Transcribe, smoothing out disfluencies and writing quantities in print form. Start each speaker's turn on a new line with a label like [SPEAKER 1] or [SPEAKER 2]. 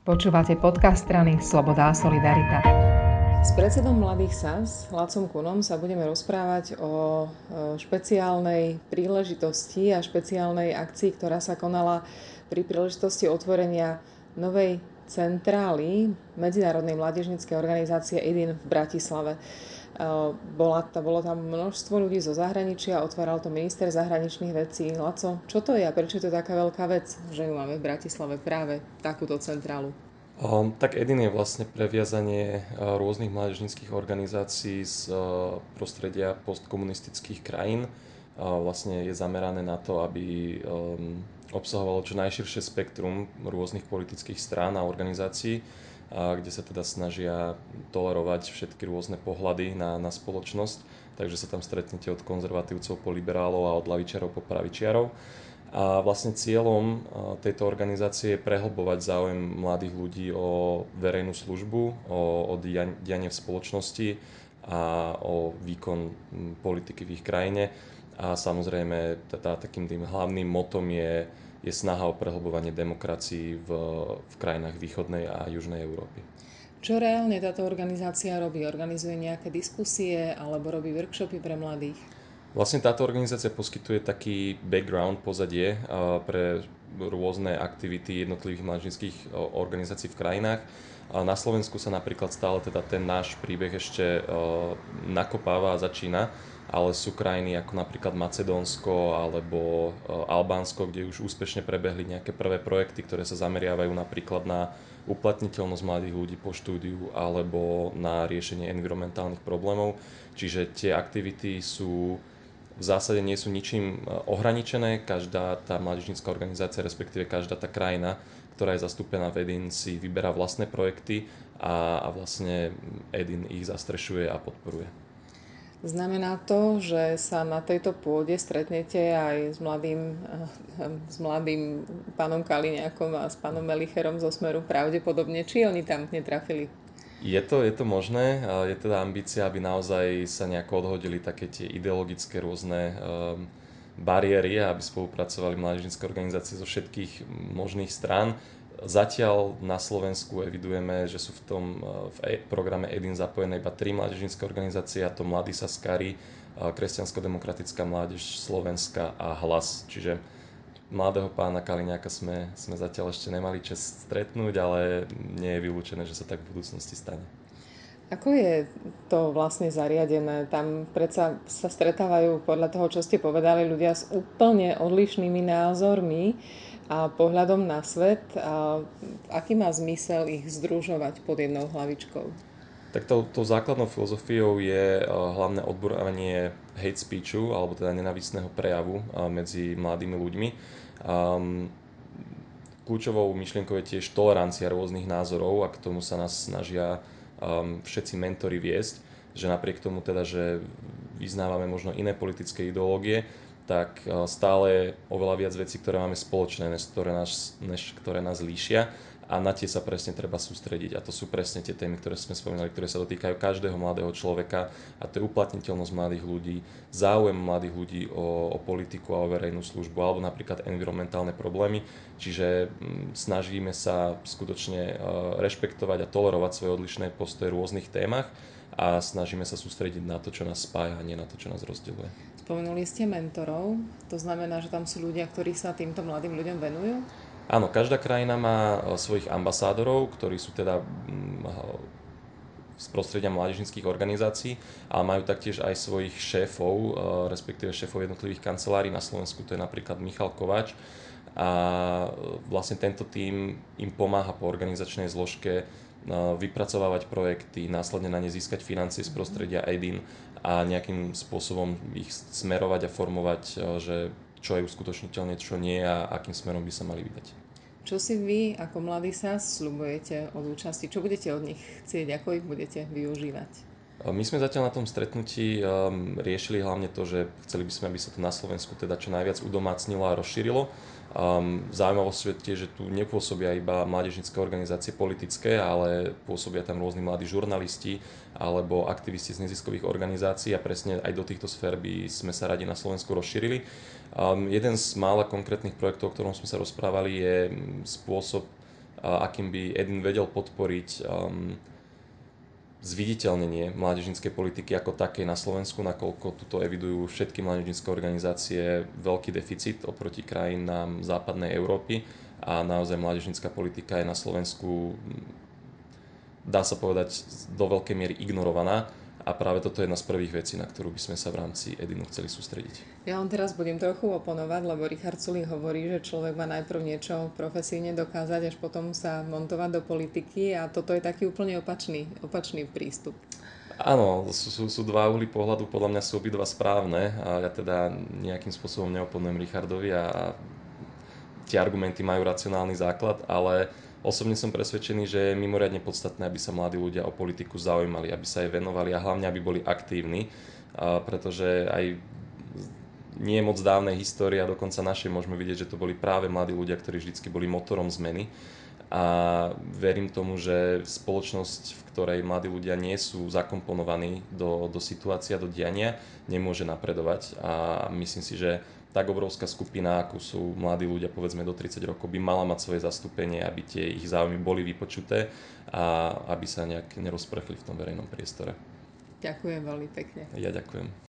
[SPEAKER 1] Počúvate podcast strany Sloboda a Solidarita.
[SPEAKER 2] S predsedom Mladých SAS, Lacom Kunom, sa budeme rozprávať o špeciálnej príležitosti a špeciálnej akcii, ktorá sa konala pri príležitosti otvorenia novej centrály Medzinárodnej mládežníckej organizácie EDIN v Bratislave. Bolo tam množstvo ľudí zo zahraničia, otváral to minister zahraničných vecí. Laco, čo to je a prečo je to taká veľká vec, že ju máme v Bratislave práve takúto centrálu?
[SPEAKER 3] Tak EDIN je vlastne previazanie rôznych mládežníckych organizácií z prostredia postkomunistických krajín. Vlastne je zamerané na to, aby obsahovalo čo najširšie spektrum rôznych politických strán a organizácií, kde sa teda snažia tolerovať všetky rôzne pohľady na spoločnosť. Takže sa tam stretnete od konzervatívcov po liberálov a od ľavičiarov po pravičiarov. A vlastne cieľom tejto organizácie je prehlbovať záujem mladých ľudí o verejnú službu, o dianie v spoločnosti a o výkon politiky v ich krajine. A samozrejme takým tým hlavným motom je snaha o prehlbovanie demokracií v krajinách východnej a južnej Európy.
[SPEAKER 2] Čo reálne táto organizácia robí? Organizuje nejaké diskusie alebo robí workshopy pre mladých?
[SPEAKER 3] Vlastne táto organizácia poskytuje taký background, pozadie pre rôzne aktivity jednotlivých mládežníckych organizácií v krajinách. Na Slovensku sa napríklad stále teda ten náš príbeh ešte nakopáva a začína, ale sú krajiny ako napríklad Macedónsko alebo Albánsko, kde už úspešne prebehli nejaké prvé projekty, ktoré sa zameriavajú napríklad na uplatniteľnosť mladých ľudí po štúdiu alebo na riešenie environmentálnych problémov. Čiže tie aktivity v zásade nie sú ničím ohraničené. Každá tá mládežnícka organizácia, respektíve každá tá krajina, ktorá je zastúpená v EDIN, si vyberá vlastné projekty a vlastne EDIN ich zastrešuje a podporuje.
[SPEAKER 2] Znamená to, že sa na tejto pôde stretnete aj s mladým pánom Kaliňákom a s pánom Melicherom zo Smeru pravdepodobne, či oni tam netrafili?
[SPEAKER 3] Je to možné, je teda ambícia, aby naozaj sa nejako odhodili také tie ideologické rôzne bariéry, aby spolupracovali mládežnícke organizácie zo všetkých možných strán. Zatiaľ na Slovensku evidujeme, že sú v programe EDIN zapojené iba 3 mládežnícke organizácie, a to Mladí saskári, Kresťansko-demokratická mládež Slovenska a Hlas. Čiže mladého pána Kaliňáka sme zatiaľ ešte nemali čas stretnúť, ale nie je vylúčené, že sa tak v budúcnosti stane.
[SPEAKER 2] Ako je to vlastne zariadené? Tam predsa sa stretávajú, podľa toho, čo ste povedali, ľudia s úplne odlišnými názormi a pohľadom na svet. A aký má zmysel ich združovať pod jednou hlavičkou?
[SPEAKER 3] Tak tou základnou filozofiou je hlavné odborovanie hate speechu, alebo teda nenávistného prejavu medzi mladými ľuďmi. Kľúčovou myšlienkou je tiež tolerancia rôznych názorov a k tomu sa nás snažia všetci mentori viesť, že napriek tomu teda, že vyznávame možno iné politické ideológie, tak stále je oveľa viac vecí, ktoré máme spoločné, než ktoré nás líšia. A na tie sa presne treba sústrediť. A to sú presne tie témy, ktoré sme spomínali, ktoré sa dotýkajú každého mladého človeka. A to je uplatniteľnosť mladých ľudí, záujem mladých ľudí o politiku a o verejnú službu, alebo napríklad environmentálne problémy. Čiže snažíme sa skutočne rešpektovať a tolerovať svoje odlišné postoje v rôznych témach a snažíme sa sústrediť na to, čo nás spája, a nie na to, čo nás rozdeľuje.
[SPEAKER 2] Spomenuli ste mentorov. To znamená, že tam sú ľudia, ktorí sa týmto mladým ľuďom venujú?
[SPEAKER 3] Áno, každá krajina má svojich ambasádorov, ktorí sú teda z prostredia mládežníckych organizácií, ale majú taktiež aj svojich šéfov, respektíve šéfov jednotlivých kancelárií. Na Slovensku to je napríklad Michal Kováč. A vlastne tento tím im pomáha po organizačnej zložke vypracovávať projekty, následne na ne získať financie z prostredia EDIN a nejakým spôsobom ich smerovať a formovať, že čo je uskutočniteľné, čo nie a akým smerom by sa mali vydať.
[SPEAKER 2] Čo si vy ako Mladý SAS sľubujete od účasti? Čo budete od nich chcieť? Ako ich budete využívať?
[SPEAKER 3] My sme zatiaľ na tom stretnutí riešili hlavne to, že chceli by sme, aby sa to na Slovensku teda čo najviac udomácnilo a rozšírilo. Zaujímavosť je tiež, že tu nepôsobia iba mládežnícke organizácie politické, ale pôsobia tam rôzni mladí žurnalisti alebo aktivisti z neziskových organizácií a presne aj do týchto sfér by sme sa radi na Slovensku rozšírili. Jeden z mála konkrétnych projektov, o ktorom sme sa rozprávali, je spôsob akým by Edin vedel podporiť zviditeľnenie mládežníckej politiky ako takej na Slovensku, nakoľko tuto evidujú všetky mládežnícke organizácie veľký deficit oproti krajinám západnej Európy a naozaj mládežnícka politika je na Slovensku, dá sa povedať, do veľkej miery ignorovaná. A práve toto je jedna z prvých vecí, na ktorú by sme sa v rámci Edinu chceli sústrediť.
[SPEAKER 2] Ja vám teraz budem trochu oponovať, lebo Richard Sulík hovorí, že človek má najprv niečo profesíne dokázať, až potom sa montovať do politiky a toto je taký úplne opačný prístup.
[SPEAKER 3] Áno, sú dva uhly pohľadu, podľa mňa sú obidva správne a ja teda nejakým spôsobom neoponujem Richardovi a tie argumenty majú racionálny základ, ale osobne som presvedčený, že je mimoriadne podstatné, aby sa mladí ľudia o politiku zaujímali, aby sa jej venovali a hlavne, aby boli aktívni, pretože aj nie moc dávnej histórie a dokonca našej môžeme vidieť, že to boli práve mladí ľudia, ktorí vždy boli motorom zmeny. A verím tomu, že spoločnosť, v ktorej mladí ľudia nie sú zakomponovaní do situácia, do diania, nemôže napredovať. A myslím si, že tak obrovská skupina, ako sú mladí ľudia, povedzme do 30 rokov, by mala mať svoje zastúpenie, aby tie ich záujmy boli vypočuté a aby sa nejak nerozprchli v tom verejnom priestore.
[SPEAKER 2] Ďakujem veľmi pekne.
[SPEAKER 3] Ja ďakujem.